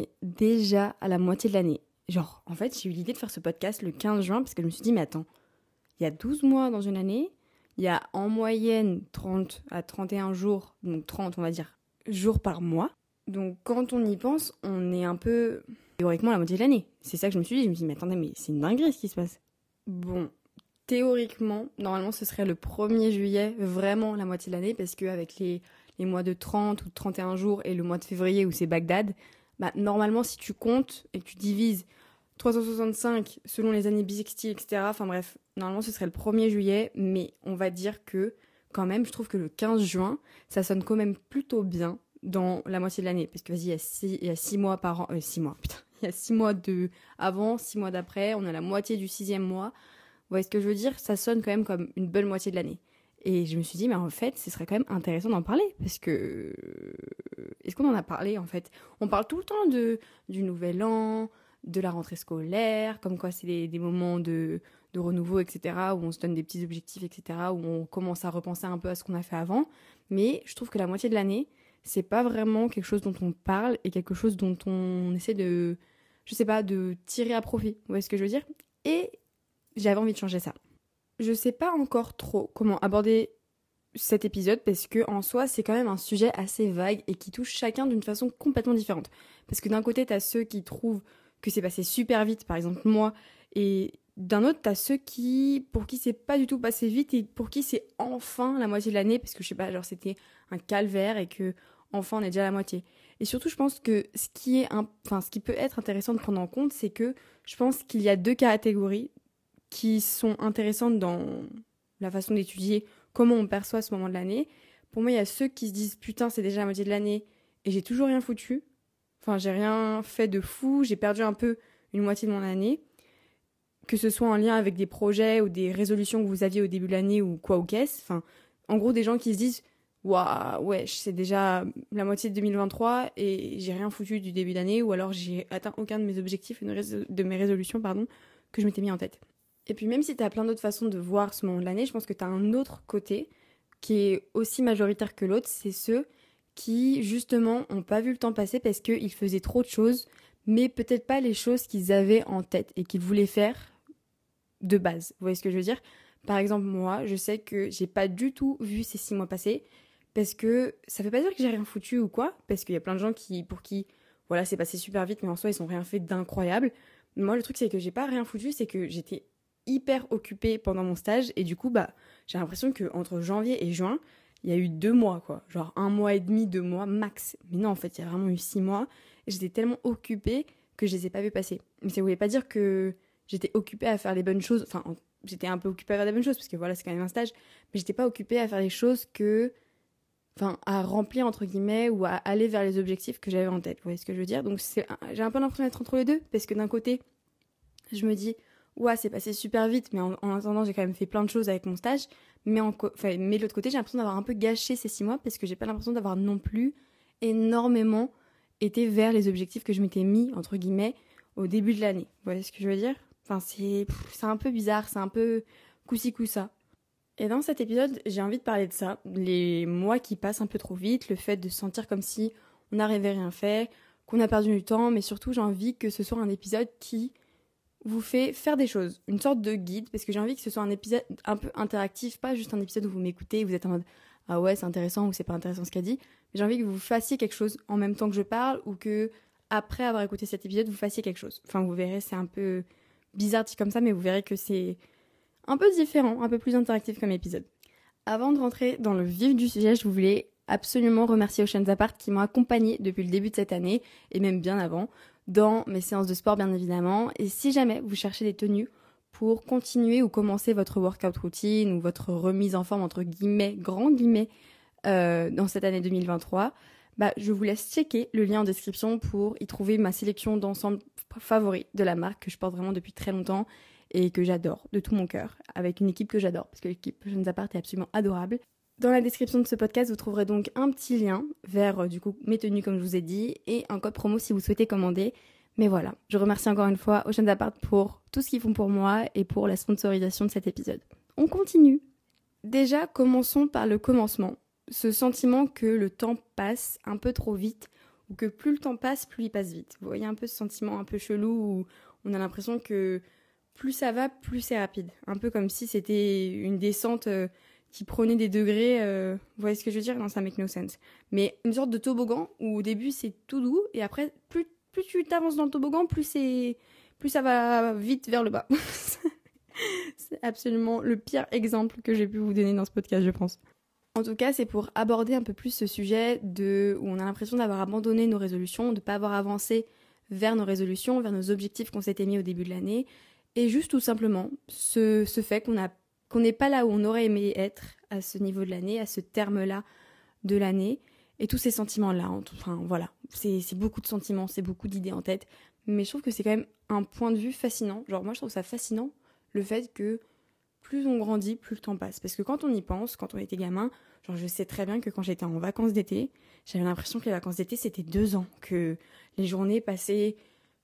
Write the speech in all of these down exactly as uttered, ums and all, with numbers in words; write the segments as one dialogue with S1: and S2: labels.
S1: est déjà à la moitié de l'année. Genre, en fait, j'ai eu l'idée de faire ce podcast le quinze juin parce que je me suis dit, mais attends, il y a douze mois dans une année, il y a en moyenne trente à trente et un jours, donc trente on va dire, jours par mois. Donc quand on y pense, on est un peu théoriquement à la moitié de l'année. C'est ça que je me suis dit, je me suis dit, mais attendez, mais c'est une dinguerie ce qui se passe. Bon, théoriquement, normalement ce serait le premier juillet, vraiment la moitié de l'année, parce qu'avec les, les mois de trente ou de trente et un jours et le mois de février où c'est Bagdad, bah normalement si tu comptes et que tu divises trois cent soixante-cinq selon les années bissextiles, et cetera. Enfin bref, normalement ce serait le premier juillet, mais on va dire que quand même, je trouve que le quinze juin, ça sonne quand même plutôt bien dans la moitié de l'année. Parce que vas-y, il y a six, il y a six mois par an, euh, six mois, putain, il y a six mois de avant, six mois d'après, on a la moitié du sixième mois. Vous voyez ce que je veux dire? Ça sonne quand même comme une bonne moitié de l'année. Et je me suis dit, mais en fait, ce serait quand même intéressant d'en parler. Parce que... Est-ce qu'on en a parlé, en fait? On parle tout le temps de, du nouvel an, de la rentrée scolaire, comme quoi c'est des, des moments de, de renouveau, et cetera, où on se donne des petits objectifs, et cetera, où on commence à repenser un peu à ce qu'on a fait avant. Mais je trouve que la moitié de l'année, c'est pas vraiment quelque chose dont on parle et quelque chose dont on essaie de, je sais pas, de tirer à profit. Vous voyez ce que je veux dire? Et j'avais envie de changer ça. Je sais pas encore trop comment aborder cet épisode parce que en soi c'est quand même un sujet assez vague et qui touche chacun d'une façon complètement différente. Parce que d'un côté t'as ceux qui trouvent que c'est passé super vite, par exemple moi, et d'un autre t'as ceux qui pour qui c'est pas du tout passé vite et pour qui c'est enfin la moitié de l'année parce que je sais pas, genre c'était un calvaire et que enfin on est déjà à la moitié. Et surtout je pense que ce qui est un... enfin ce qui peut être intéressant de prendre en compte, c'est que je pense qu'il y a deux catégories qui sont intéressantes dans la façon d'étudier comment on perçoit ce moment de l'année. Pour moi, il y a ceux qui se disent « Putain, c'est déjà la moitié de l'année et j'ai toujours rien foutu. Enfin, j'ai rien fait de fou, j'ai perdu un peu une moitié de mon année. » Que ce soit en lien avec des projets ou des résolutions que vous aviez au début de l'année ou quoi ou qu'est-ce. Enfin, en gros, des gens qui se disent « Waouh, ouais, c'est déjà la moitié de deux mille vingt-trois et j'ai rien foutu du début d'année ou alors j'ai atteint aucun de mes objectifs, de mes résolutions, pardon, que je m'étais mis en tête. » Et puis même si tu as plein d'autres façons de voir ce moment de l'année, je pense que tu as un autre côté qui est aussi majoritaire que l'autre, c'est ceux qui justement n'ont pas vu le temps passer parce qu'ils faisaient trop de choses, mais peut-être pas les choses qu'ils avaient en tête et qu'ils voulaient faire de base. Vous voyez ce que je veux dire? Par exemple, moi, je sais que j'ai pas du tout vu ces six mois passer parce que ça veut pas dire que j'ai rien foutu ou quoi, parce qu'il y a plein de gens qui, pour qui voilà, c'est passé super vite, mais en soi, ils ont rien fait d'incroyable. Moi, le truc, c'est que j'ai pas rien foutu, c'est que j'étais hyper occupée pendant mon stage et du coup bah j'ai l'impression que entre janvier et juin il y a eu deux mois quoi, genre un mois et demi, deux mois max, mais non en fait il y a vraiment eu six mois et j'étais tellement occupée que je les ai pas vus passer. Mais ça voulait pas dire que j'étais occupée à faire les bonnes choses, enfin j'étais un peu occupée à faire des bonnes choses parce que voilà c'est quand même un stage, mais j'étais pas occupée à faire les choses que enfin à remplir entre guillemets ou à aller vers les objectifs que j'avais en tête. Vous voyez ce que je veux dire? Donc c'est j'ai un peu l'impression d'être entre les deux parce que d'un côté je me dis ouais, c'est passé super vite, mais en, en attendant, j'ai quand même fait plein de choses avec mon stage. Mais, en, enfin, mais de l'autre côté, j'ai l'impression d'avoir un peu gâché ces six mois parce que j'ai pas l'impression d'avoir non plus énormément été vers les objectifs que je m'étais mis, entre guillemets, au début de l'année. Vous voyez ce que je veux dire? Enfin, c'est, pff, c'est un peu bizarre, c'est un peu coussi coussa. Et dans cet épisode, j'ai envie de parler de ça. Les mois qui passent un peu trop vite, le fait de se sentir comme si on n'arrivait rien fait, qu'on a perdu du temps, mais surtout, j'ai envie que ce soit un épisode qui vous fait faire des choses, une sorte de guide, parce que j'ai envie que ce soit un épisode un peu interactif, pas juste un épisode où vous m'écoutez et vous êtes en mode « Ah ouais, c'est intéressant » ou « C'est pas intéressant ce qu'a dit ». J'ai envie que vous fassiez quelque chose en même temps que je parle ou que, après avoir écouté cet épisode, vous fassiez quelque chose. Enfin, vous verrez, c'est un peu bizarre dit comme ça, mais vous verrez que c'est un peu différent, un peu plus interactif comme épisode. Avant de rentrer dans le vif du sujet, je voulais absolument remercier Oceans Apart qui m'ont accompagnée depuis le début de cette année, et même bien avant, dans mes séances de sport bien évidemment. Et si jamais vous cherchez des tenues pour continuer ou commencer votre workout routine ou votre remise en forme entre guillemets, grands guillemets, euh, dans cette année deux mille vingt-trois, bah, je vous laisse checker le lien en description pour y trouver ma sélection d'ensembles favoris de la marque que je porte vraiment depuis très longtemps et que j'adore de tout mon cœur, avec une équipe que j'adore, parce que l'équipe Oceans Apart est absolument adorable. Dans la description de ce podcast, vous trouverez donc un petit lien vers euh, du coup mes tenues comme je vous ai dit et un code promo si vous souhaitez commander. Mais voilà, je remercie encore une fois Oceans Apart pour tout ce qu'ils font pour moi et pour la sponsorisation de cet épisode. On continue. Déjà, commençons par le commencement. Ce sentiment que le temps passe un peu trop vite ou que plus le temps passe, plus il passe vite. Vous voyez un peu ce sentiment un peu chelou où on a l'impression que plus ça va, plus c'est rapide. Un peu comme si c'était une descente euh, qui prenait des degrés. Euh... Vous voyez ce que je veux dire? Non, ça make no sense. Mais une sorte de toboggan où au début c'est tout doux et après plus, plus tu t'avances dans le toboggan, plus, c'est... plus ça va vite vers le bas. C'est absolument le pire exemple que j'ai pu vous donner dans ce podcast, je pense. En tout cas, c'est pour aborder un peu plus ce sujet de où on a l'impression d'avoir abandonné nos résolutions, de ne pas avoir avancé vers nos résolutions, vers nos objectifs qu'on s'était mis au début de l'année, et juste tout simplement ce, ce fait qu'on a, qu'on n'est pas là où on aurait aimé être à ce niveau de l'année, à ce terme-là de l'année, et tous ces sentiments-là. Enfin voilà, c'est, c'est beaucoup de sentiments, c'est beaucoup d'idées en tête, mais je trouve que c'est quand même un point de vue fascinant. Genre moi je trouve ça fascinant, le fait que plus on grandit, plus le temps passe. Parce que quand on y pense, quand on était gamin, genre je sais très bien que quand j'étais en vacances d'été, j'avais l'impression que les vacances d'été c'était deux ans, que les journées passaient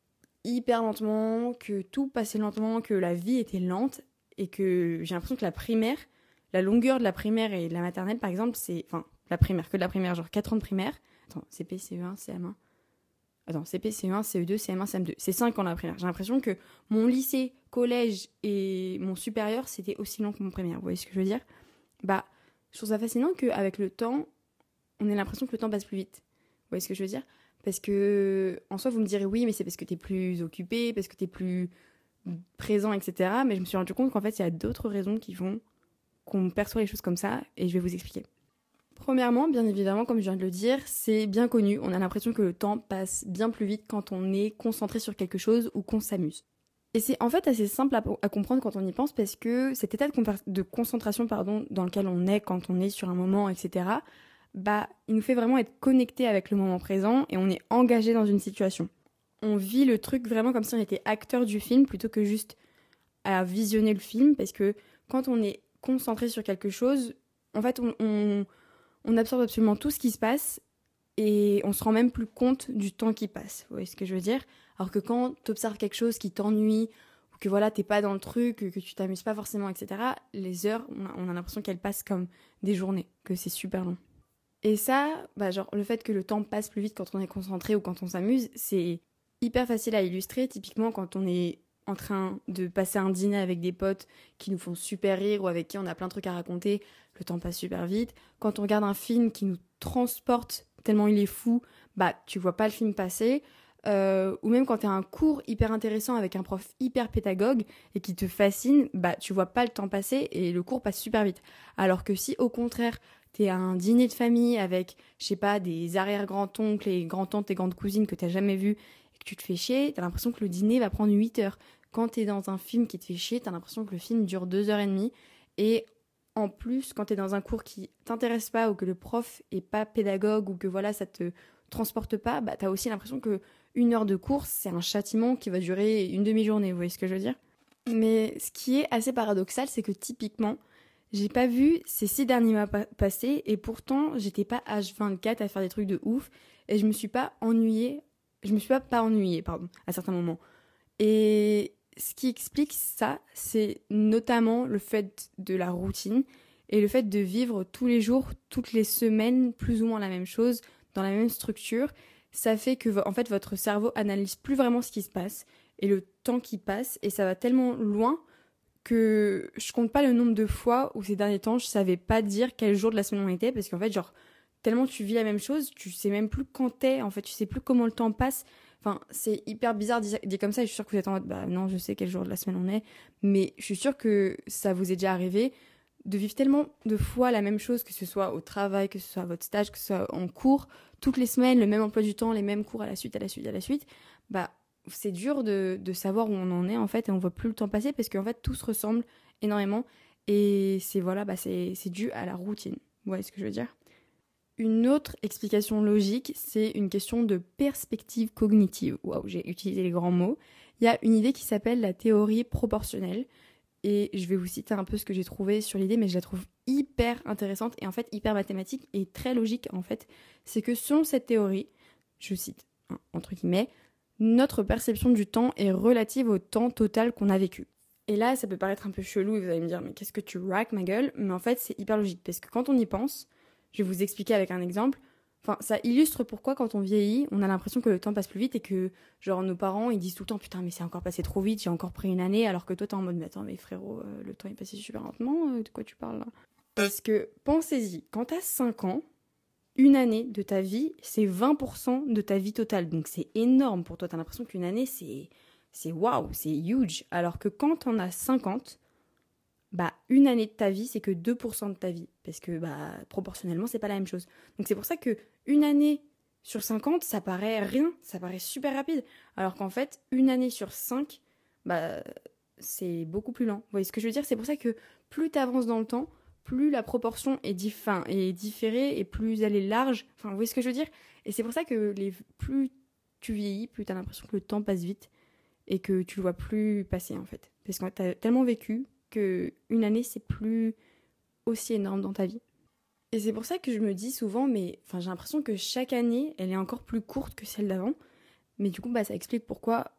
S1: hyper lentement, que tout passait lentement, que la vie était lente, et que j'ai l'impression que la primaire, la longueur de la primaire et de la maternelle par exemple, c'est... Enfin, la primaire, que de la primaire, genre quatre ans de primaire. Attends, C P, C E un, C M un... Attends, C P, C E un, C E deux, C M un, C M deux. C'est cinq ans la primaire. J'ai l'impression que mon lycée, collège et mon supérieur, c'était aussi long que mon primaire. Vous voyez ce que je veux dire? Bah, je trouve ça fascinant qu'avec le temps, on ait l'impression que le temps passe plus vite. Vous voyez ce que je veux dire? Parce que, en soi, vous me direz oui, mais c'est parce que t'es plus occupé, parce que t'es plus présent, et cetera. Mais je me suis rendu compte qu'en fait, il y a d'autres raisons qui font qu'on perçoit les choses comme ça, et je vais vous expliquer. Premièrement, bien évidemment, comme je viens de le dire, c'est bien connu. On a l'impression que le temps passe bien plus vite quand on est concentré sur quelque chose ou qu'on s'amuse. Et c'est en fait assez simple à, à comprendre quand on y pense parce que cet état de, compa- de concentration pardon, dans lequel on est quand on est sur un moment, et cetera, bah, il nous fait vraiment être connecté avec le moment présent et on est engagé dans une situation. On vit le truc vraiment comme si on était acteur du film plutôt que juste à visionner le film parce que quand on est concentré sur quelque chose, en fait, on... on On absorbe absolument tout ce qui se passe et on se rend même plus compte du temps qui passe. Vous voyez ce que je veux dire? Alors que quand tu observes quelque chose qui t'ennuie ou que voilà, t'es pas dans le truc, que tu t'amuses pas forcément, et cetera, les heures, on a, on a l'impression qu'elles passent comme des journées, que c'est super long. Et ça, bah genre le fait que le temps passe plus vite quand on est concentré ou quand on s'amuse, c'est hyper facile à illustrer. Typiquement quand on est en train de passer un dîner avec des potes qui nous font super rire ou avec qui on a plein de trucs à raconter, le temps passe super vite. Quand on regarde un film qui nous transporte tellement il est fou, bah tu vois pas le film passer. Euh, ou même quand t'as un cours hyper intéressant avec un prof hyper pédagogue et qui te fascine, bah tu vois pas le temps passer et le cours passe super vite. Alors que si au contraire t'es à un dîner de famille avec, je sais pas, des arrière-grands-oncles et grands-tantes et grandes cousines que t'as jamais vues et que tu te fais chier, t'as l'impression que le dîner va prendre huit heures. Quand t'es dans un film qui te fait chier, t'as l'impression que le film dure deux heures et demie. Et en plus, quand t'es dans un cours qui t'intéresse pas ou que le prof est pas pédagogue ou que voilà, ça te transporte pas, bah t'as aussi l'impression que une heure de cours, c'est un châtiment qui va durer une demi-journée, vous voyez ce que je veux dire? Mais ce qui est assez paradoxal, c'est que typiquement, j'ai pas vu ces six derniers mois pa- passer et pourtant, j'étais pas H vingt-quatre à faire des trucs de ouf et je me suis pas ennuyée, je me suis pas pas ennuyée, pardon, à certains moments. Et ce qui explique ça, c'est notamment le fait de la routine et le fait de vivre tous les jours, toutes les semaines, plus ou moins la même chose, dans la même structure. Ça fait que en fait, votre cerveau analyse plus vraiment ce qui se passe et le temps qui passe et ça va tellement loin que je compte pas le nombre de fois où ces derniers temps, je savais pas dire quel jour de la semaine on était parce qu'en fait, genre, tellement tu vis la même chose, tu sais même plus quand t'es, en fait, tu sais plus comment le temps passe. Enfin, c'est hyper bizarre dit, dit comme ça et je suis sûre que vous êtes en mode, bah non, je sais quel jour de la semaine on est, mais je suis sûre que ça vous est déjà arrivé de vivre tellement de fois la même chose, que ce soit au travail, que ce soit à votre stage, que ce soit en cours, toutes les semaines, le même emploi du temps, les mêmes cours à la suite, à la suite, à la suite, bah c'est dur de, de savoir où on en est en fait et on voit plus le temps passer parce qu'en fait tout se ressemble énormément et c'est voilà, bah c'est, c'est dû à la routine. Vous voyez ce que je veux dire? Une autre explication logique, c'est une question de perspective cognitive. Waouh, j'ai utilisé les grands mots. Il y a une idée qui s'appelle la théorie proportionnelle. Et je vais vous citer un peu ce que j'ai trouvé sur l'idée, mais je la trouve hyper intéressante et en fait hyper mathématique et très logique en fait. C'est que selon cette théorie, je cite, hein, entre guillemets, notre perception du temps est relative au temps total qu'on a vécu. Et là, ça peut paraître un peu chelou et vous allez me dire, mais qu'est-ce que tu rack ma gueule? Mais en fait, c'est hyper logique parce que quand on y pense, je vais vous expliquer avec un exemple. Enfin, ça illustre pourquoi, quand on vieillit, on a l'impression que le temps passe plus vite et que, genre, nos parents, ils disent tout le temps, putain, mais c'est encore passé trop vite, j'ai encore pris une année, alors que toi, t'es en mode, mais attends, mais frérot, euh, le temps est passé super lentement, euh, de quoi tu parles là? Parce que, pensez-y, quand t'as cinq ans, une année de ta vie, c'est vingt pour cent de ta vie totale. Donc, c'est énorme pour toi. T'as l'impression qu'une année, c'est, c'est waouh, c'est huge. Alors que quand t'en as cinquante, bah, une année de ta vie, c'est que deux pour cent de ta vie. Parce que, bah, proportionnellement, c'est pas la même chose. Donc, c'est pour ça que une année sur cinquante, ça paraît rien, ça paraît super rapide. Alors qu'en fait, une année sur cinq, bah, c'est beaucoup plus lent. Vous voyez ce que je veux dire? C'est pour ça que plus t'avances dans le temps, plus la proportion est, dif- fin, est différée et plus elle est large. Enfin, vous voyez ce que je veux dire? Et c'est pour ça que les, plus tu vieillis, plus t'as l'impression que le temps passe vite et que tu le vois plus passer, en fait. Parce que t'as tellement vécu que une année, c'est plus aussi énorme dans ta vie. Et c'est pour ça que je me dis souvent, mais enfin, j'ai l'impression que chaque année, elle est encore plus courte que celle d'avant. Mais du coup, bah, ça explique pourquoi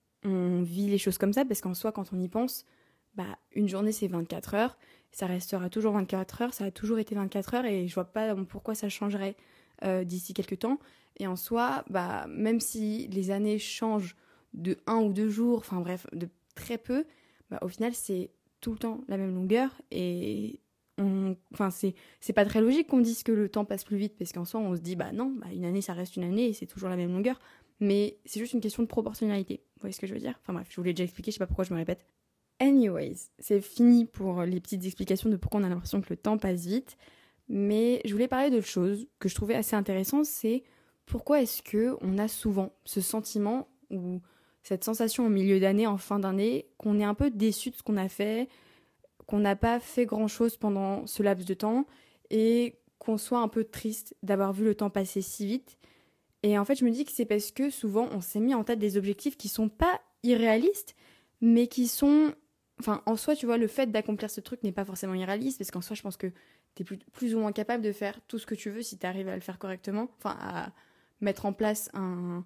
S1: on vit les choses comme ça, parce qu'en soi, quand on y pense, bah, une journée, c'est vingt-quatre heures, ça restera toujours vingt-quatre heures, ça a toujours été vingt-quatre heures, et je vois pas pourquoi ça changerait euh, d'ici quelques temps. Et en soi, bah, même si les années changent de un ou deux jours, enfin bref, de très peu, bah, au final, c'est tout le temps la même longueur, et on... enfin, c'est... c'est pas très logique qu'on dise que le temps passe plus vite, parce qu'en soi, on se dit, bah non, bah, une année, ça reste une année, et c'est toujours la même longueur, mais c'est juste une question de proportionnalité. Vous voyez ce que je veux dire? Enfin bref, je vous l'ai déjà expliqué, je sais pas pourquoi je me répète. Anyways, c'est fini pour les petites explications de pourquoi on a l'impression que le temps passe vite, mais je voulais parler d'autre chose que je trouvais assez intéressant, c'est pourquoi est-ce que on a souvent ce sentiment ou cette sensation au milieu d'année, en fin d'année, qu'on est un peu déçu de ce qu'on a fait, qu'on n'a pas fait grand-chose pendant ce laps de temps et qu'on soit un peu triste d'avoir vu le temps passer si vite. Et en fait, je me dis que c'est parce que souvent, on s'est mis en tête des objectifs qui sont pas irréalistes, mais qui sont... Enfin, en soi, tu vois, le fait d'accomplir ce truc n'est pas forcément irréaliste, parce qu'en soi, je pense que t'es plus, plus ou moins capable de faire tout ce que tu veux si t'arrives à le faire correctement. Enfin, à mettre en place un...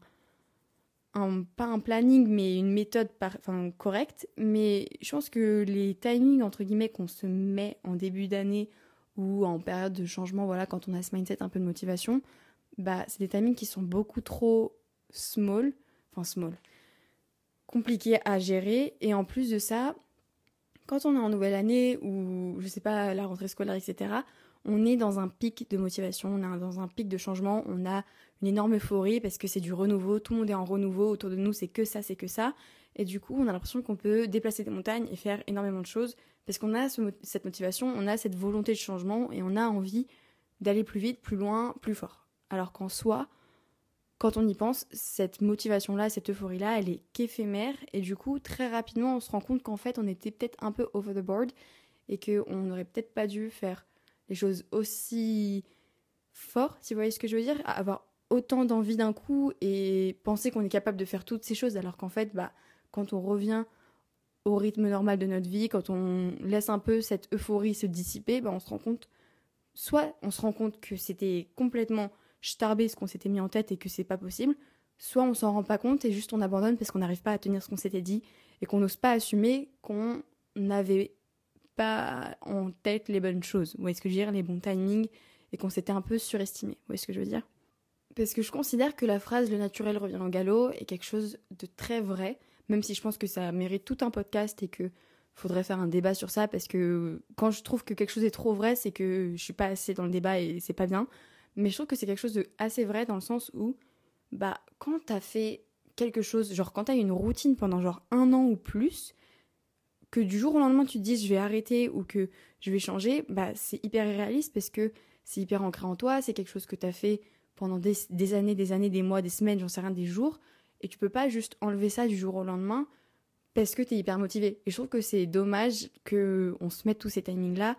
S1: un pas un planning, mais une méthode par, enfin, correcte. Mais je pense que les timings, entre guillemets, qu'on se met en début d'année ou en période de changement, voilà, quand on a ce mindset un peu de motivation, bah, c'est des timings qui sont beaucoup trop small, enfin small, compliqués à gérer. Et en plus de ça, quand on est en nouvelle année ou, je sais pas, la rentrée scolaire, et cetera, on est dans un pic de motivation, on est dans un pic de changement, on a une énorme euphorie parce que c'est du renouveau, tout le monde est en renouveau, autour de nous c'est que ça, c'est que ça. Et du coup, on a l'impression qu'on peut déplacer des montagnes et faire énormément de choses parce qu'on a ce, cette motivation, on a cette volonté de changement et on a envie d'aller plus vite, plus loin, plus fort. Alors qu'en soi, quand on y pense, cette motivation-là, cette euphorie-là, elle est qu'éphémère. Et du coup, très rapidement, on se rend compte qu'en fait, on était peut-être un peu over the board et qu'on n'aurait peut-être pas dû faire les choses aussi fort, si vous voyez ce que je veux dire, avoir autant d'envie d'un coup et penser qu'on est capable de faire toutes ces choses, alors qu'en fait, bah, quand on revient au rythme normal de notre vie, quand on laisse un peu cette euphorie se dissiper, bah, on se rend compte, soit on se rend compte que c'était complètement starbé ce qu'on s'était mis en tête et que c'est pas possible, soit on s'en rend pas compte et juste on abandonne parce qu'on n'arrive pas à tenir ce qu'on s'était dit et qu'on n'ose pas assumer qu'on n'avait pas en tête les bonnes choses, vous voyez ce que je veux dire, les bons timings, et qu'on s'était un peu surestimé, vous voyez ce que je veux dire? Parce que je considère que la phrase « le naturel revient en galop » est quelque chose de très vrai, même si je pense que ça mérite tout un podcast et que faudrait faire un débat sur ça, parce que quand je trouve que quelque chose est trop vrai, c'est que je suis pas assez dans le débat et c'est pas bien. Mais je trouve que c'est quelque chose de assez vrai dans le sens où, bah, quand t'as fait quelque chose, genre quand t'as une routine pendant genre un an ou plus, que du jour au lendemain tu te dises je vais arrêter ou que je vais changer, bah c'est hyper irréaliste parce que c'est hyper ancré en toi, c'est quelque chose que t'as fait pendant des, des années, des années, des mois, des semaines, j'en sais rien, des jours, et tu peux pas juste enlever ça du jour au lendemain parce que t'es hyper motivé. Et je trouve que c'est dommage qu'on se mette tous ces timings-là.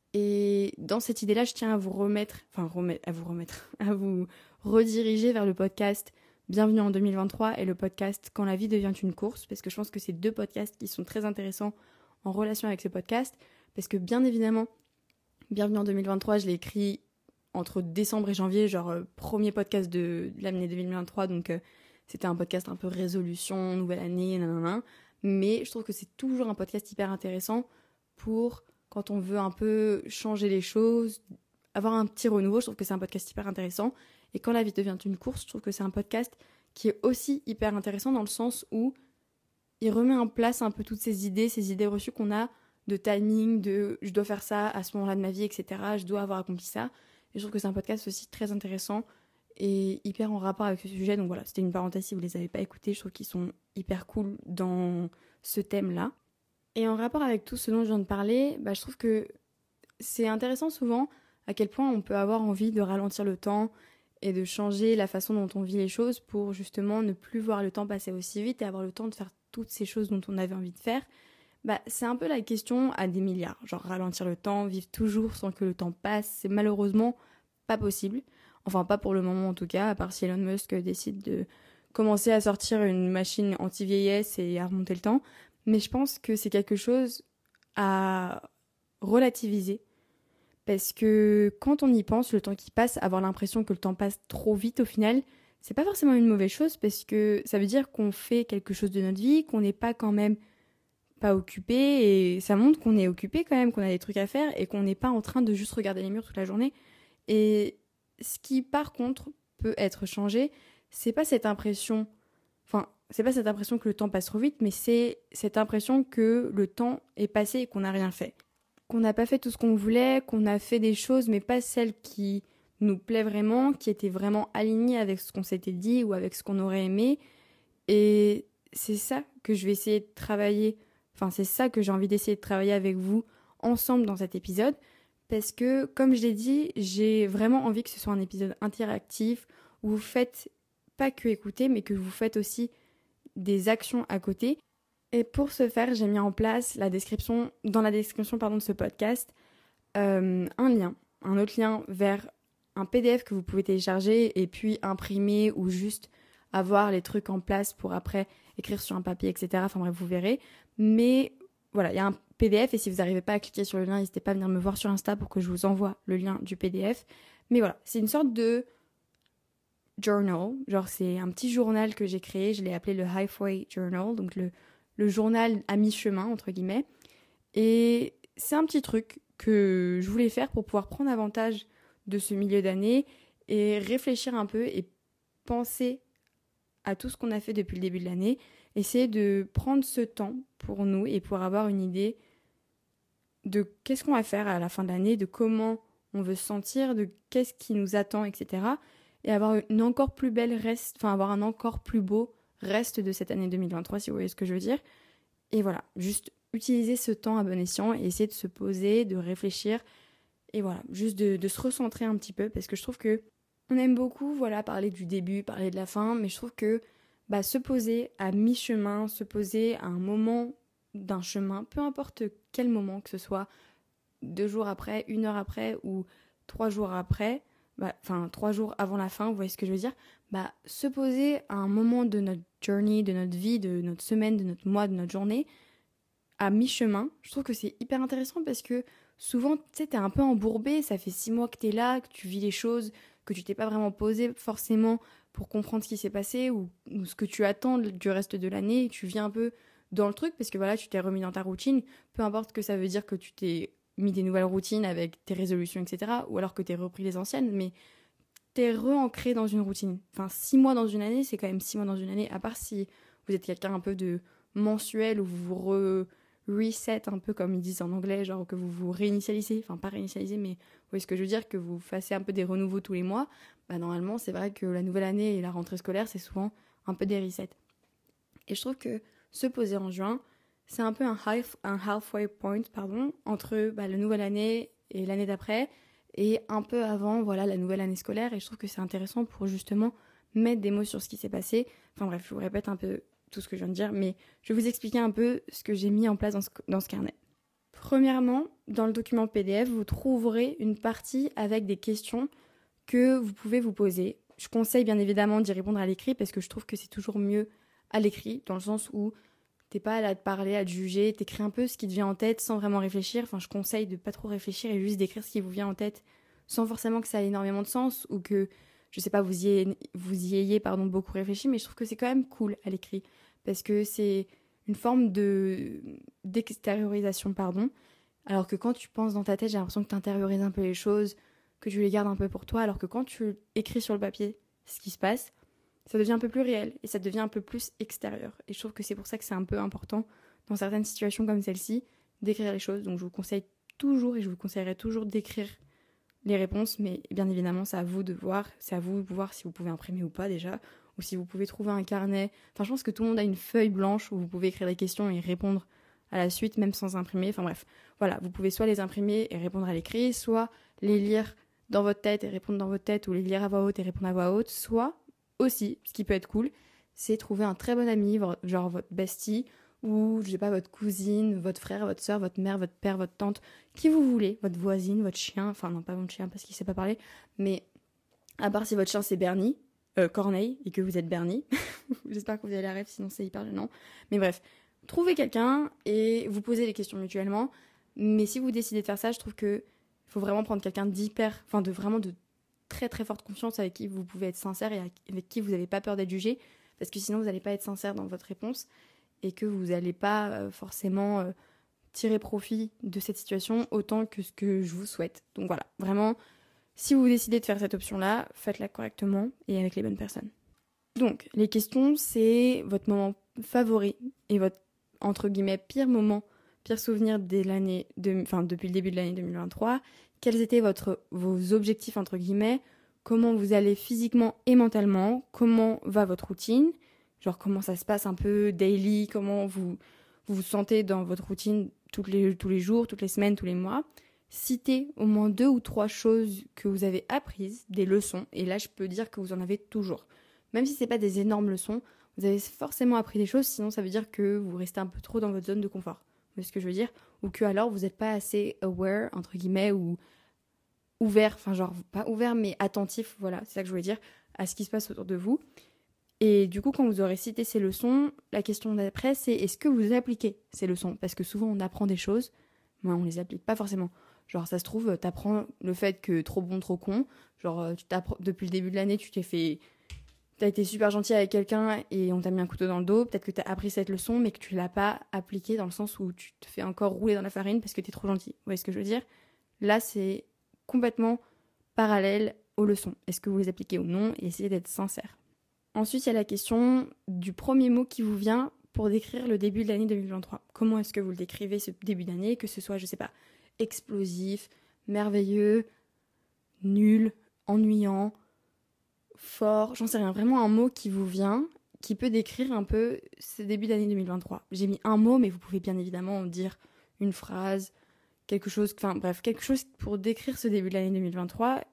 S1: Et dans cette idée-là, je tiens à vous remettre, enfin remettre, à vous remettre, à vous rediriger vers le podcast Bienvenue en deux mille vingt-trois et le podcast Quand la vie devient une course, parce que je pense que c'est deux podcasts qui sont très intéressants en relation avec ce podcast, parce que bien évidemment, Bienvenue en deux mille vingt-trois, je l'ai écrit entre décembre et janvier, genre euh, premier podcast de l'année deux mille vingt-trois, donc euh, c'était un podcast un peu résolution, nouvelle année, nanana, mais je trouve que c'est toujours un podcast hyper intéressant pour quand on veut un peu changer les choses, avoir un petit renouveau. Je trouve que c'est un podcast hyper intéressant Et quand la vie devient une course, je trouve que c'est un podcast qui est aussi hyper intéressant dans le sens où il remet en place un peu toutes ces idées, ces idées reçues qu'on a de timing, de je dois faire ça à ce moment-là de ma vie, et cetera. Je dois avoir accompli ça. Et je trouve que c'est un podcast aussi très intéressant et hyper en rapport avec ce sujet. Donc voilà, c'était une parenthèse si vous les avez pas écoutés. Je trouve qu'ils sont hyper cool dans ce thème-là. Et en rapport avec tout ce dont je viens de parler, bah, je trouve que c'est intéressant souvent à quel point on peut avoir envie de ralentir le temps et de changer la façon dont on vit les choses pour justement ne plus voir le temps passer aussi vite et avoir le temps de faire toutes ces choses dont on avait envie de faire. Bah, c'est un peu la question à des milliards. Genre ralentir le temps, vivre toujours sans que le temps passe, c'est malheureusement pas possible. Enfin, pas pour le moment en tout cas, à part si Elon Musk décide de commencer à sortir une machine anti-vieillesse et à remonter le temps. Mais je pense que c'est quelque chose à relativiser. Parce que quand on y pense, le temps qui passe, avoir l'impression que le temps passe trop vite au final, c'est pas forcément une mauvaise chose parce que ça veut dire qu'on fait quelque chose de notre vie, qu'on n'est pas quand même pas occupé et ça montre qu'on est occupé quand même, qu'on a des trucs à faire et qu'on n'est pas en train de juste regarder les murs toute la journée. Et ce qui par contre peut être changé, c'est pas cette impression, enfin c'est pas cette impression que le temps passe trop vite, mais c'est cette impression que le temps est passé et qu'on n'a rien fait. Qu'on n'a pas fait tout ce qu'on voulait, qu'on a fait des choses mais pas celles qui nous plaît vraiment, qui était vraiment aligné avec ce qu'on s'était dit ou avec ce qu'on aurait aimé. Et c'est ça que je vais essayer de travailler, enfin c'est ça que j'ai envie d'essayer de travailler avec vous ensemble dans cet épisode. Parce que, comme je l'ai dit, j'ai vraiment envie que ce soit un épisode interactif où vous faites pas que écouter, mais que vous faites aussi des actions à côté. Et pour ce faire, j'ai mis en place la description, dans la description pardon, de ce podcast, euh, un lien, un autre lien vers un P D F que vous pouvez télécharger et puis imprimer ou juste avoir les trucs en place pour après écrire sur un papier, et cetera. Enfin bref, vous verrez. Mais voilà, il y a un P D F et si vous n'arrivez pas à cliquer sur le lien, n'hésitez pas à venir me voir sur Insta pour que je vous envoie le lien du P D F. Mais voilà, c'est une sorte de journal. Genre, c'est un petit journal que j'ai créé. Je l'ai appelé le Halfway Journal, donc le, le journal à mi-chemin, entre guillemets. Et c'est un petit truc que je voulais faire pour pouvoir prendre avantage de ce milieu d'année et réfléchir un peu et penser à tout ce qu'on a fait depuis le début de l'année, essayer de prendre ce temps pour nous et pour avoir une idée de qu'est-ce qu'on va faire à la fin de l'année, de comment on veut se sentir, de qu'est-ce qui nous attend, et cetera. Et avoir une encore plus belle reste, enfin avoir un encore plus beau reste de cette année deux mille vingt-trois, si vous voyez ce que je veux dire. Et voilà, juste utiliser ce temps à bon escient et essayer de se poser, de réfléchir et voilà, juste de, de se recentrer un petit peu parce que je trouve que on aime beaucoup voilà, parler du début, parler de la fin, mais je trouve que bah, se poser à mi-chemin, se poser à un moment d'un chemin, peu importe quel moment que ce soit, deux jours après, une heure après ou trois jours après, bah, enfin trois jours avant la fin, vous voyez ce que je veux dire, bah, se poser à un moment de notre journey, de notre vie, de notre semaine, de notre mois, de notre journée, à mi-chemin, je trouve que c'est hyper intéressant parce que souvent, tu sais, t'es un peu embourbé, ça fait six mois que t'es là, que tu vis les choses, que tu t'es pas vraiment posé forcément pour comprendre ce qui s'est passé ou, ou ce que tu attends du reste de l'année, tu vis un peu dans le truc parce que voilà, tu t'es remis dans ta routine, peu importe que ça veut dire que tu t'es mis des nouvelles routines avec tes résolutions, et cetera, ou alors que t'es repris les anciennes, mais t'es re-ancré dans une routine. Enfin, six mois dans une année, c'est quand même six mois dans une année, à part si vous êtes quelqu'un un peu de mensuel où vous vous re... reset un peu comme ils disent en anglais, genre que vous vous réinitialisez, enfin pas réinitialisez mais vous voyez ce que je veux dire, que vous fassiez un peu des renouveaux tous les mois, bah normalement c'est vrai que la nouvelle année et la rentrée scolaire c'est souvent un peu des resets. Et je trouve que se poser en juin, c'est un peu un, half, un halfway point pardon, entre bah, la nouvelle année et l'année d'après et un peu avant voilà la nouvelle année scolaire et je trouve que c'est intéressant pour justement mettre des mots sur ce qui s'est passé. Enfin bref, je vous répète un peu tout ce que je viens de dire, mais je vais vous expliquer un peu ce que j'ai mis en place dans ce, dans ce carnet. Premièrement, dans le document P D F, vous trouverez une partie avec des questions que vous pouvez vous poser. Je conseille bien évidemment d'y répondre à l'écrit parce que je trouve que c'est toujours mieux à l'écrit, dans le sens où t'es pas là à te parler, à te juger, t'écris un peu ce qui te vient en tête sans vraiment réfléchir. Enfin, je conseille de pas trop réfléchir et juste d'écrire ce qui vous vient en tête sans forcément que ça ait énormément de sens ou que, je sais pas, vous y ayez, vous y ayez pardon, beaucoup réfléchi, mais je trouve que c'est quand même cool à l'écrit. Parce que c'est une forme de d'extériorisation, pardon. Alors que quand tu penses dans ta tête, j'ai l'impression que tu intériorises un peu les choses, que tu les gardes un peu pour toi, alors que quand tu écris sur le papier ce qui se passe, ça devient un peu plus réel et ça devient un peu plus extérieur. Et je trouve que c'est pour ça que c'est un peu important dans certaines situations comme celle-ci d'écrire les choses. Donc je vous conseille toujours et je vous conseillerais toujours d'écrire les réponses, mais bien évidemment c'est à vous de voir, c'est à vous de voir si vous pouvez imprimer ou pas déjà, ou si vous pouvez trouver un carnet. Enfin je pense que tout le monde a une feuille blanche où vous pouvez écrire les questions et répondre à la suite même sans imprimer. Enfin bref, voilà, vous pouvez soit les imprimer et répondre à l'écrit, soit les lire dans votre tête et répondre dans votre tête, ou les lire à voix haute et répondre à voix haute, soit aussi, ce qui peut être cool, c'est trouver un très bon ami, genre votre bestie, ou je sais pas, votre cousine, votre frère, votre soeur, votre mère, votre père, votre tante, qui vous voulez, votre voisine, votre chien, enfin non pas votre chien parce qu'il sait pas parler, mais à part si votre chien c'est Bernie, euh, Corneille, et que vous êtes Bernie, j'espère que vous avez la rêve, sinon c'est hyper gênant, mais bref, trouvez quelqu'un et vous posez les questions mutuellement, mais si vous décidez de faire ça, je trouve que il faut vraiment prendre quelqu'un d'hyper, enfin de vraiment de très très forte confiance avec qui vous pouvez être sincère et avec qui vous n'avez pas peur d'être jugé, parce que sinon vous n'allez pas être sincère dans votre réponse et que vous n'allez pas euh, forcément euh, tirer profit de cette situation autant que ce que je vous souhaite. Donc voilà, vraiment, si vous décidez de faire cette option-là, faites-la correctement et avec les bonnes personnes. Donc, les questions, c'est votre moment favori et votre, entre guillemets, pire moment, pire souvenir de l'année, de, enfin, depuis le début de l'année deux mille vingt-trois. Quels étaient votre, vos objectifs, entre guillemets, comment vous allez physiquement et mentalement, comment va votre routine, genre comment ça se passe un peu daily, comment vous vous, vous sentez dans votre routine toutes les, tous les jours, toutes les semaines, tous les mois. Citez au moins deux ou trois choses que vous avez apprises, des leçons, et là je peux dire que vous en avez toujours. Même si ce n'est pas des énormes leçons, vous avez forcément appris des choses, sinon ça veut dire que vous restez un peu trop dans votre zone de confort. Vous voyez ce que je veux dire ? Ou que alors vous n'êtes pas assez aware, entre guillemets, ou ouvert, enfin genre pas ouvert mais attentif, voilà, c'est ça que je voulais dire, à ce qui se passe autour de vous. Et du coup, quand vous aurez cité ces leçons, la question d'après, c'est est-ce que vous appliquez ces leçons ? Parce que souvent on apprend des choses, mais on les applique pas forcément. Genre ça se trouve, t'apprends le fait que trop bon, trop con, genre tu t'apprends, depuis le début de l'année, tu t'es fait... T'as été super gentil avec quelqu'un et on t'a mis un couteau dans le dos, peut-être que t'as appris cette leçon, mais que tu l'as pas appliquée dans le sens où tu te fais encore rouler dans la farine parce que t'es trop gentil. Vous voyez ce que je veux dire ? Là, c'est complètement parallèle aux leçons. Est-ce que vous les appliquez ou non ? Et essayez d'être sincère. Ensuite, il y a la question du premier mot qui vous vient pour décrire le début de l'année deux mille vingt-trois. Comment est-ce que vous le décrivez, ce début d'année ? Que ce soit, je sais pas, explosif, merveilleux, nul, ennuyant, fort, j'en sais rien. Vraiment un mot qui vous vient, qui peut décrire un peu ce début d'année deux mille vingt-trois. J'ai mis un mot, mais vous pouvez bien évidemment dire une phrase, quelque chose, enfin bref, quelque chose pour décrire ce début de l'année deux mille vingt-trois.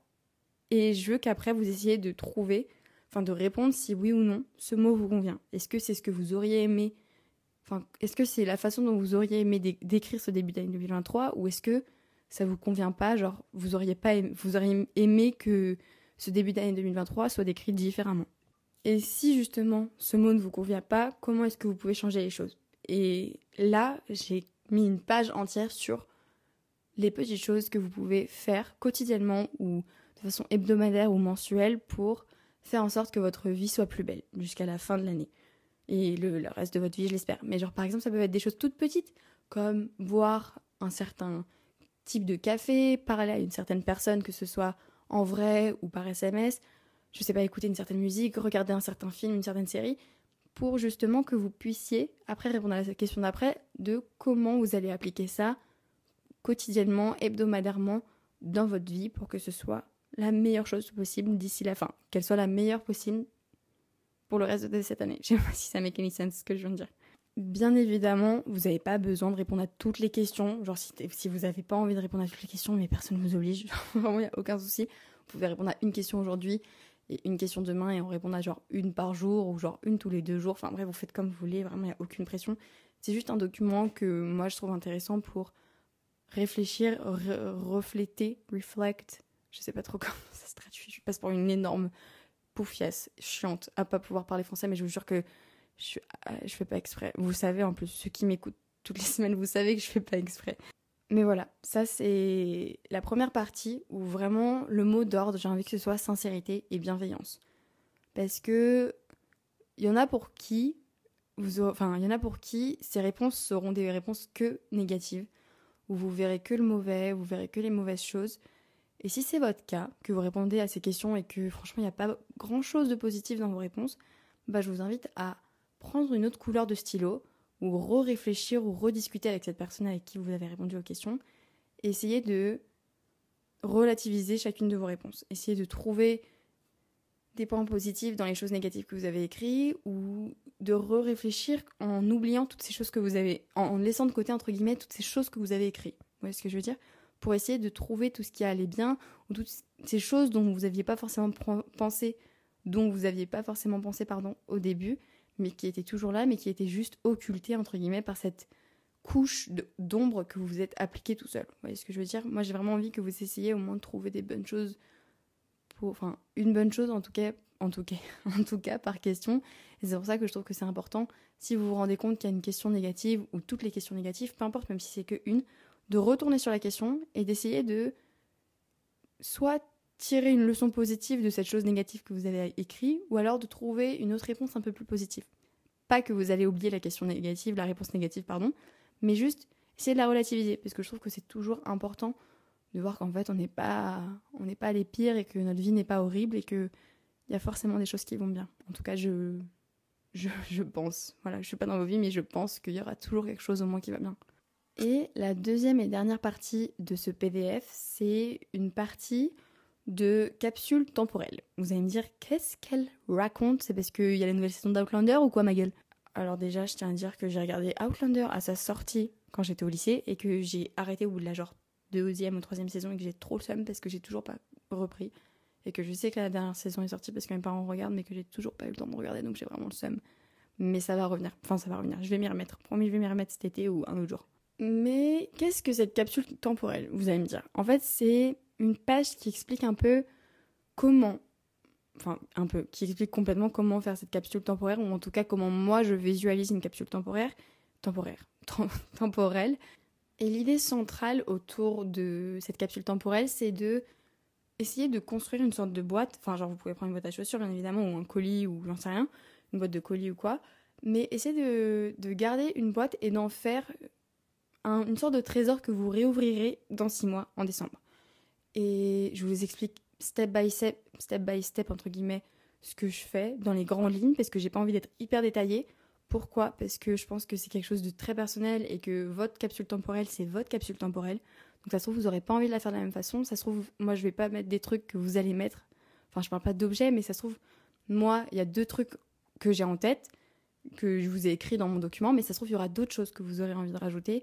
S1: Et je veux qu'après vous essayiez de trouver, enfin de répondre si oui ou non ce mot vous convient. Est-ce que c'est ce que vous auriez aimé, enfin est-ce que c'est la façon dont vous auriez aimé dé- décrire ce début d'année deux mille vingt-trois, ou est-ce que ça vous convient pas, genre vous auriez pas aimé, vous auriez aimé que ce début d'année deux mille vingt-trois soit décrit différemment. Et si justement ce mot ne vous convient pas, comment est-ce que vous pouvez changer les choses ? Et là, j'ai mis une page entière sur les petites choses que vous pouvez faire quotidiennement ou de façon hebdomadaire ou mensuelle pour faire en sorte que votre vie soit plus belle jusqu'à la fin de l'année. Et le, le reste de votre vie, je l'espère. Mais genre par exemple, ça peut être des choses toutes petites, comme boire un certain type de café, parler à une certaine personne, que ce soit en vrai ou par S M S, je sais pas, écouter une certaine musique, regarder un certain film, une certaine série, pour justement que vous puissiez, après répondre à la question d'après, de comment vous allez appliquer ça quotidiennement, hebdomadairement, dans votre vie, pour que ce soit la meilleure chose possible d'ici la fin, qu'elle soit la meilleure possible pour le reste de cette année. Je sais pas si ça make any sense ce que je viens de dire. Bien évidemment, vous n'avez pas besoin de répondre à toutes les questions. Genre, si, si vous n'avez pas envie de répondre à toutes les questions, mais personne ne vous oblige, vraiment, il n'y a aucun souci. Vous pouvez répondre à une question aujourd'hui et une question demain et on répond à genre une par jour ou genre une tous les deux jours. Enfin bref, vous faites comme vous voulez, vraiment, il n'y a aucune pression. C'est juste un document que moi, je trouve intéressant pour réfléchir, re- refléter, reflect. Je sais pas trop comment ça se traduit. Je passe pour une énorme poufiasse chiante à pas pouvoir parler français, mais je vous jure que Je, je fais pas exprès. Vous savez, en plus, ceux qui m'écoutent toutes les semaines, vous savez que je fais pas exprès. Mais voilà, ça c'est la première partie où vraiment le mot d'ordre, j'ai envie que ce soit sincérité et bienveillance. Parce que il y en a pour qui, vous aurez, enfin, il y en a pour qui ces réponses seront des réponses que négatives, où vous verrez que le mauvais, vous verrez que les mauvaises choses. Et si c'est votre cas, que vous répondez à ces questions et que franchement il n'y a pas grand-chose de positif dans vos réponses, bah, je vous invite à prendre une autre couleur de stylo ou re-réfléchir ou rediscuter avec cette personne avec qui vous avez répondu aux questions et essayer de relativiser chacune de vos réponses. Essayez de trouver des points positifs dans les choses négatives que vous avez écrites ou de re-réfléchir en oubliant toutes ces choses que vous avez, en laissant de côté entre guillemets toutes ces choses que vous avez écrites. Vous voyez ce que je veux dire ? Pour essayer de trouver tout ce qui allait bien ou toutes ces choses dont vous n'aviez pas forcément pensé, dont vous aviez pas forcément pensé pardon, au début, mais qui étaient toujours là, mais qui étaient juste occultées entre guillemets par cette couche de, d'ombre que vous vous êtes appliquée tout seul. Vous voyez ce que je veux dire ? Moi j'ai vraiment envie que vous essayiez au moins de trouver des bonnes choses. Pour, enfin, une bonne chose en tout cas, en tout cas, en tout cas par question. Et c'est pour ça que je trouve que c'est important, si vous vous rendez compte qu'il y a une question négative ou toutes les questions négatives, peu importe, même si c'est qu'une, de retourner sur la question et d'essayer de soit tirer une leçon positive de cette chose négative que vous avez écrite, ou alors de trouver une autre réponse un peu plus positive. Pas que vous allez oublier la question négative, la réponse négative, pardon, mais juste essayer de la relativiser, parce que je trouve que c'est toujours important de voir qu'en fait on n'est pas on n'est pas les pires et que notre vie n'est pas horrible et que il y a forcément des choses qui vont bien. En tout cas, je je, je pense. Voilà, je suis pas dans vos vies, mais je pense qu'il y aura toujours quelque chose au moins qui va bien. Et la deuxième et dernière partie de ce P D F, c'est une partie de capsule temporelle. Vous allez me dire, qu'est-ce qu'elle raconte ? C'est parce qu'il y a la nouvelle saison d'Outlander ou quoi, ma gueule ? Alors déjà, je tiens à dire que j'ai regardé Outlander à sa sortie quand j'étais au lycée et que j'ai arrêté au bout de la genre deuxième ou troisième saison et que j'ai trop le seum parce que j'ai toujours pas repris et que je sais que la dernière saison est sortie parce que mes parents regardent mais que j'ai toujours pas eu le temps de regarder, donc j'ai vraiment le seum. Mais ça va revenir, enfin ça va revenir, je vais m'y remettre, promis je vais m'y remettre cet été ou un autre jour. Mais qu'est-ce que cette capsule temporelle ? Vous allez me dire. En fait, c'est une page qui explique un peu comment, enfin un peu, qui explique complètement comment faire cette capsule temporaire, ou en tout cas comment moi je visualise une capsule temporaire, temporaire, temporelle. Et l'idée centrale autour de cette capsule temporelle, c'est de essayer de construire une sorte de boîte, enfin genre vous pouvez prendre une boîte à chaussures bien évidemment, ou un colis, ou j'en sais rien, une boîte de colis ou quoi, mais essayez de, de garder une boîte et d'en faire un, une sorte de trésor que vous réouvrirez dans six mois, en décembre. Et je vous explique step by step, step by step entre guillemets, ce que je fais dans les grandes lignes, parce que j'ai pas envie d'être hyper détaillée. Pourquoi ? Parce que je pense que c'est quelque chose de très personnel et que votre capsule temporelle, c'est votre capsule temporelle. Donc ça se trouve, vous n'aurez pas envie de la faire de la même façon. Ça se trouve, moi, je vais pas mettre des trucs que vous allez mettre. Enfin, je parle pas d'objets, mais ça se trouve, moi, il y a deux trucs que j'ai en tête, que je vous ai écrit dans mon document, mais ça se trouve, il y aura d'autres choses que vous aurez envie de rajouter.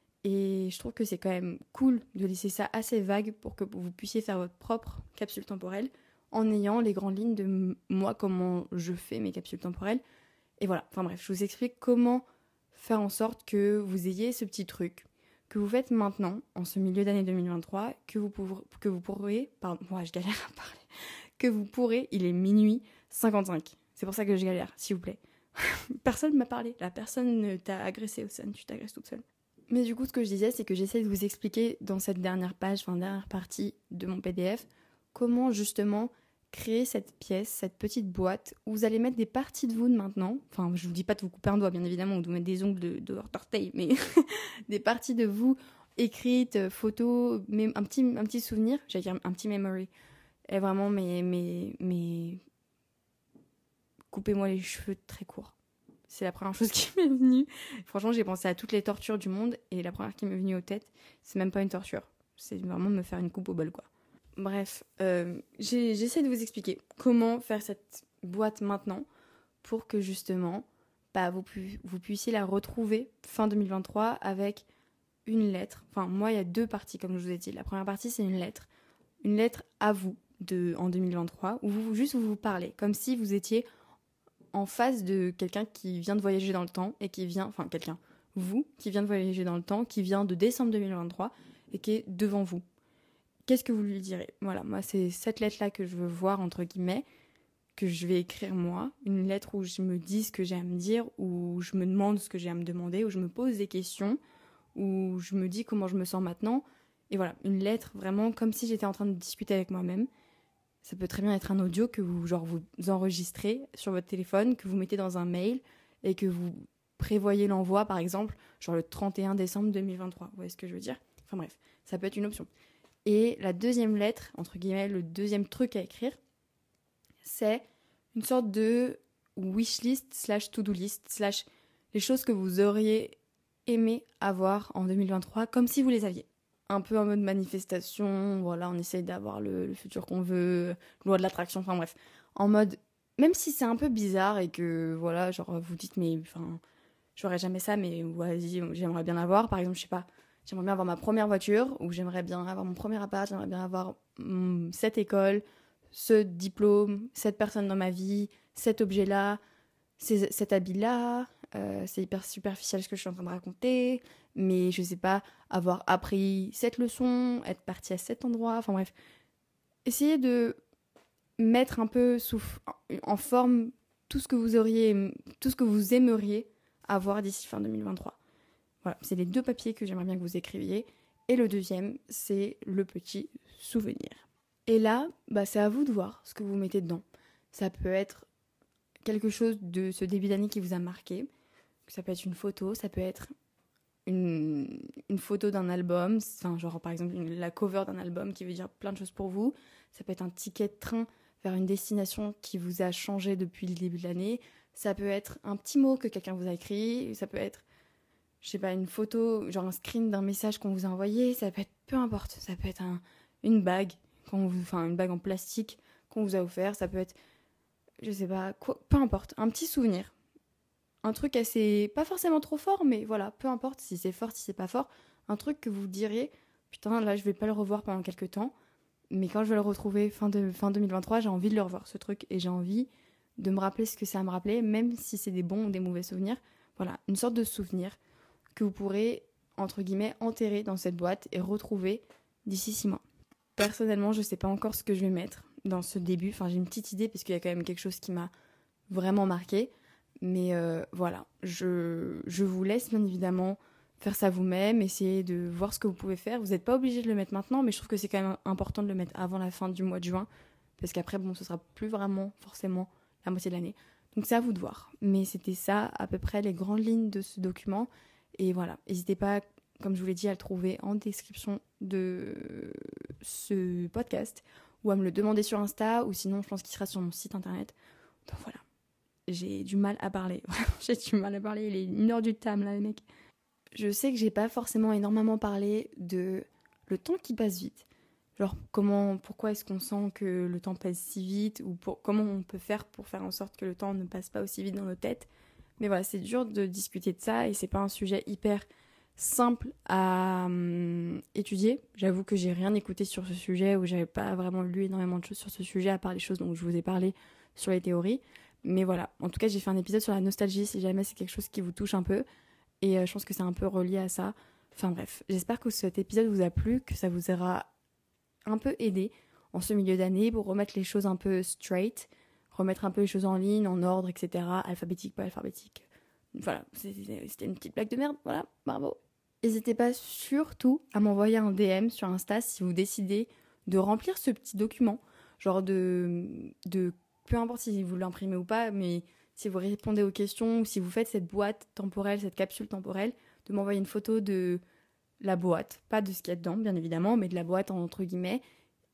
S1: Et je trouve que c'est quand même cool de laisser ça assez vague pour que vous puissiez faire votre propre capsule temporelle en ayant les grandes lignes de moi, comment je fais mes capsules temporelles. Et voilà, enfin bref, je vous explique comment faire en sorte que vous ayez ce petit truc que vous faites maintenant, en ce milieu d'année deux mille vingt-trois, que vous, pour, que vous pourrez, pardon, moi je galère à parler, que vous pourrez, il est minuit cinquante-cinq, c'est pour ça que je galère, s'il vous plaît. Personne ne m'a parlé, la personne ne t'a agressé, Océane, tu t'agresses toute seule. Mais du coup, ce que je disais, c'est que j'essaie de vous expliquer dans cette dernière page, enfin dernière partie de mon P D F, comment justement créer cette pièce, cette petite boîte où vous allez mettre des parties de vous de maintenant. Enfin, je vous dis pas de vous couper un doigt, bien évidemment, ou de vous mettre des ongles de, de d'orteil, mais des parties de vous écrites, photos, mais un petit, un petit souvenir, j'allais dire un petit memory. Et vraiment, mes, mes, mes... coupez-moi les cheveux très courts. C'est la première chose qui m'est venue. Franchement, j'ai pensé à toutes les tortures du monde et la première qui m'est venue aux têtes, c'est même pas une torture. C'est vraiment me faire une coupe au bol, quoi. Bref, euh, j'ai, j'essaie de vous expliquer comment faire cette boîte maintenant pour que justement, bah, vous, pu, vous puissiez la retrouver fin deux mille vingt-trois avec une lettre. Enfin, moi, il y a deux parties, comme je vous ai dit. La première partie, c'est une lettre. Une lettre à vous de, en deux mille vingt-trois où vous, juste vous vous parlez, comme si vous étiez en face de quelqu'un qui vient de voyager dans le temps et qui vient, enfin quelqu'un, vous, qui vient de voyager dans le temps, qui vient de décembre deux mille vingt-trois et qui est devant vous. Qu'est-ce que vous lui direz ? Voilà, moi c'est cette lettre-là que je veux voir, entre guillemets, que je vais écrire moi. Une lettre où je me dis ce que j'ai à me dire, où je me demande ce que j'ai à me demander, où je me pose des questions, où je me dis comment je me sens maintenant. Et voilà, une lettre vraiment comme si j'étais en train de discuter avec moi-même. Ça peut très bien être un audio que vous, genre, vous enregistrez sur votre téléphone, que vous mettez dans un mail et que vous prévoyez l'envoi, par exemple, genre le trente et un décembre deux mille vingt-trois. Vous voyez ce que je veux dire ? Enfin bref, ça peut être une option. Et la deuxième lettre, entre guillemets, le deuxième truc à écrire, c'est une sorte de wishlist slash to-do list slash les choses que vous auriez aimé avoir en deux mille vingt-trois comme si vous les aviez. Un peu en mode manifestation, voilà, on essaye d'avoir le, le futur qu'on veut, loi de l'attraction, enfin bref. En mode, même si c'est un peu bizarre et que, voilà, genre vous dites, mais enfin, j'aurais jamais ça, mais vas-y, j'aimerais bien avoir. Par exemple, je sais pas, j'aimerais bien avoir ma première voiture, ou j'aimerais bien avoir mon premier appart, j'aimerais bien avoir hum, cette école, ce diplôme, cette personne dans ma vie, cet objet-là, ces, cet habit-là. Euh, c'est hyper superficiel ce que je suis en train de raconter, mais je sais pas, avoir appris cette leçon, être parti à cet endroit, enfin bref. Essayez de mettre un peu sous, en forme tout ce que vous auriez, tout ce que vous aimeriez avoir d'ici fin deux mille vingt-trois. Voilà, c'est les deux papiers que j'aimerais bien que vous écriviez. Et le deuxième, c'est le petit souvenir. Et là, bah, c'est à vous de voir ce que vous mettez dedans. Ça peut être quelque chose de ce début d'année qui vous a marqué. Ça peut être une photo, ça peut être une, une photo d'un album, enfin, genre par exemple une, la cover d'un album qui veut dire plein de choses pour vous. Ça peut être un ticket de train vers une destination qui vous a changé depuis le début de l'année. Ça peut être un petit mot que quelqu'un vous a écrit. Ça peut être, je sais pas, une photo, genre un screen d'un message qu'on vous a envoyé. Ça peut être, peu importe, ça peut être un, une bague, qu'on vous, enfin une bague en plastique qu'on vous a offert. Ça peut être, je sais pas, quoi, peu importe, un petit souvenir. Un truc assez, pas forcément trop fort, mais voilà, peu importe si c'est fort, si c'est pas fort. Un truc que vous diriez, putain, là, je vais pas le revoir pendant quelques temps, mais quand je vais le retrouver fin, de, fin deux mille vingt-trois, j'ai envie de le revoir, ce truc, et j'ai envie de me rappeler ce que ça me rappelait, même si c'est des bons ou des mauvais souvenirs. Voilà, une sorte de souvenir que vous pourrez, entre guillemets, enterrer dans cette boîte et retrouver d'ici six mois. Personnellement, je sais pas encore ce que je vais mettre dans ce début. Enfin, j'ai une petite idée, parce qu'il y a quand même quelque chose qui m'a vraiment marqué. Mais euh, voilà, je, je vous laisse bien évidemment faire ça vous-même, essayer de voir ce que vous pouvez faire. Vous n'êtes pas obligé de le mettre maintenant, mais je trouve que c'est quand même important de le mettre avant la fin du mois de juin, parce qu'après, bon, ce sera plus vraiment forcément la moitié de l'année. Donc c'est à vous de voir. Mais c'était ça, à peu près, les grandes lignes de ce document. Et voilà, n'hésitez pas, comme je vous l'ai dit, à le trouver en description de ce podcast, ou à me le demander sur Insta, ou sinon je pense qu'il sera sur mon site internet. Donc voilà. J'ai du mal à parler. j'ai du mal à parler. Il est une heure du tam, là, les mecs. Je sais que j'ai pas forcément énormément parlé de le temps qui passe vite. Genre, comment, pourquoi est-ce qu'on sent que le temps passe si vite, ou pour, comment on peut faire pour faire en sorte que le temps ne passe pas aussi vite dans nos têtes. Mais voilà, c'est dur de discuter de ça, et c'est pas un sujet hyper simple à hum, étudier. J'avoue que j'ai rien écouté sur ce sujet, ou j'avais pas vraiment lu énormément de choses sur ce sujet, à part les choses dont je vous ai parlé sur les théories. Mais voilà, en tout cas, j'ai fait un épisode sur la nostalgie, si jamais c'est quelque chose qui vous touche un peu. Et euh, je pense que c'est un peu relié à ça. Enfin bref, j'espère que cet épisode vous a plu, que ça vous aura un peu aidé en ce milieu d'année pour remettre les choses un peu straight, remettre un peu les choses en ligne, en ordre, et cetera. Alphabétique, pas alphabétique. Voilà, c'était, c'était une petite blague de merde, voilà, bravo. N'hésitez pas surtout à m'envoyer un D M sur Insta si vous décidez de remplir ce petit document, genre de... de peu importe si vous l'imprimez ou pas, mais si vous répondez aux questions ou si vous faites cette boîte temporelle, cette capsule temporelle, de m'envoyer une photo de la boîte, pas de ce qu'il y a dedans, bien évidemment, mais de la boîte entre guillemets.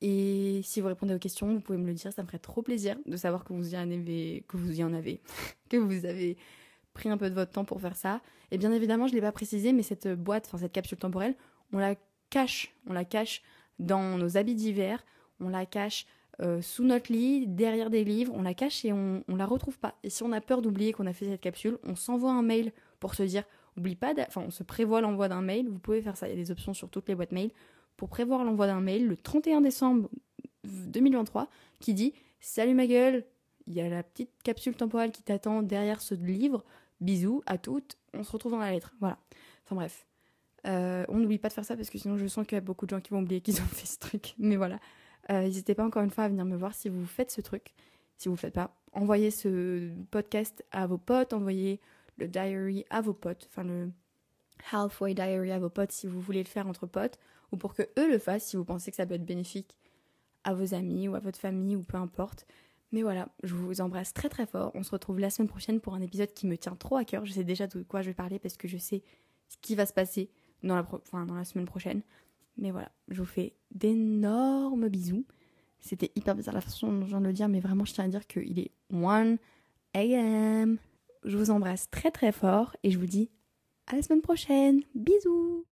S1: Et si vous répondez aux questions, vous pouvez me le dire, ça me ferait trop plaisir de savoir que vous y en avez, que vous y en avez, que vous avez pris un peu de votre temps pour faire ça. Et bien évidemment, je ne l'ai pas précisé, mais cette boîte, enfin cette capsule temporelle, on la cache, on la cache dans nos habits d'hiver, on la cache Euh, sous notre lit, derrière des livres, on la cache et on, on la retrouve pas. Et si on a peur d'oublier qu'on a fait cette capsule, on s'envoie un mail pour se dire, oublie pas, enfin on se prévoit l'envoi d'un mail, vous pouvez faire ça, il y a des options sur toutes les boîtes mail, pour prévoir l'envoi d'un mail le trente et un décembre deux mille vingt-trois qui dit, salut ma gueule, il y a la petite capsule temporelle qui t'attend derrière ce livre, bisous à toutes, on se retrouve dans la lettre, voilà. Enfin bref, euh, on n'oublie pas de faire ça parce que sinon je sens qu'il y a beaucoup de gens qui vont oublier qu'ils ont fait ce truc, mais voilà. Euh, n'hésitez pas encore une fois à venir me voir si vous faites ce truc. Si vous ne le faites pas, envoyez ce podcast à vos potes, envoyez le diary à vos potes, enfin le halfway diary à vos potes si vous voulez le faire entre potes, ou pour que eux le fassent si vous pensez que ça peut être bénéfique à vos amis ou à votre famille ou peu importe. Mais voilà, je vous embrasse très très fort. On se retrouve la semaine prochaine pour un épisode qui me tient trop à cœur. Je sais déjà de quoi je vais parler parce que je sais ce qui va se passer dans la, pro- enfin, dans la semaine prochaine. Mais voilà, je vous fais d'énormes bisous. C'était hyper bizarre la façon dont je viens de le dire, mais vraiment je tiens à dire qu'il est one a m. Je vous embrasse très très fort et je vous dis à la semaine prochaine. Bisous.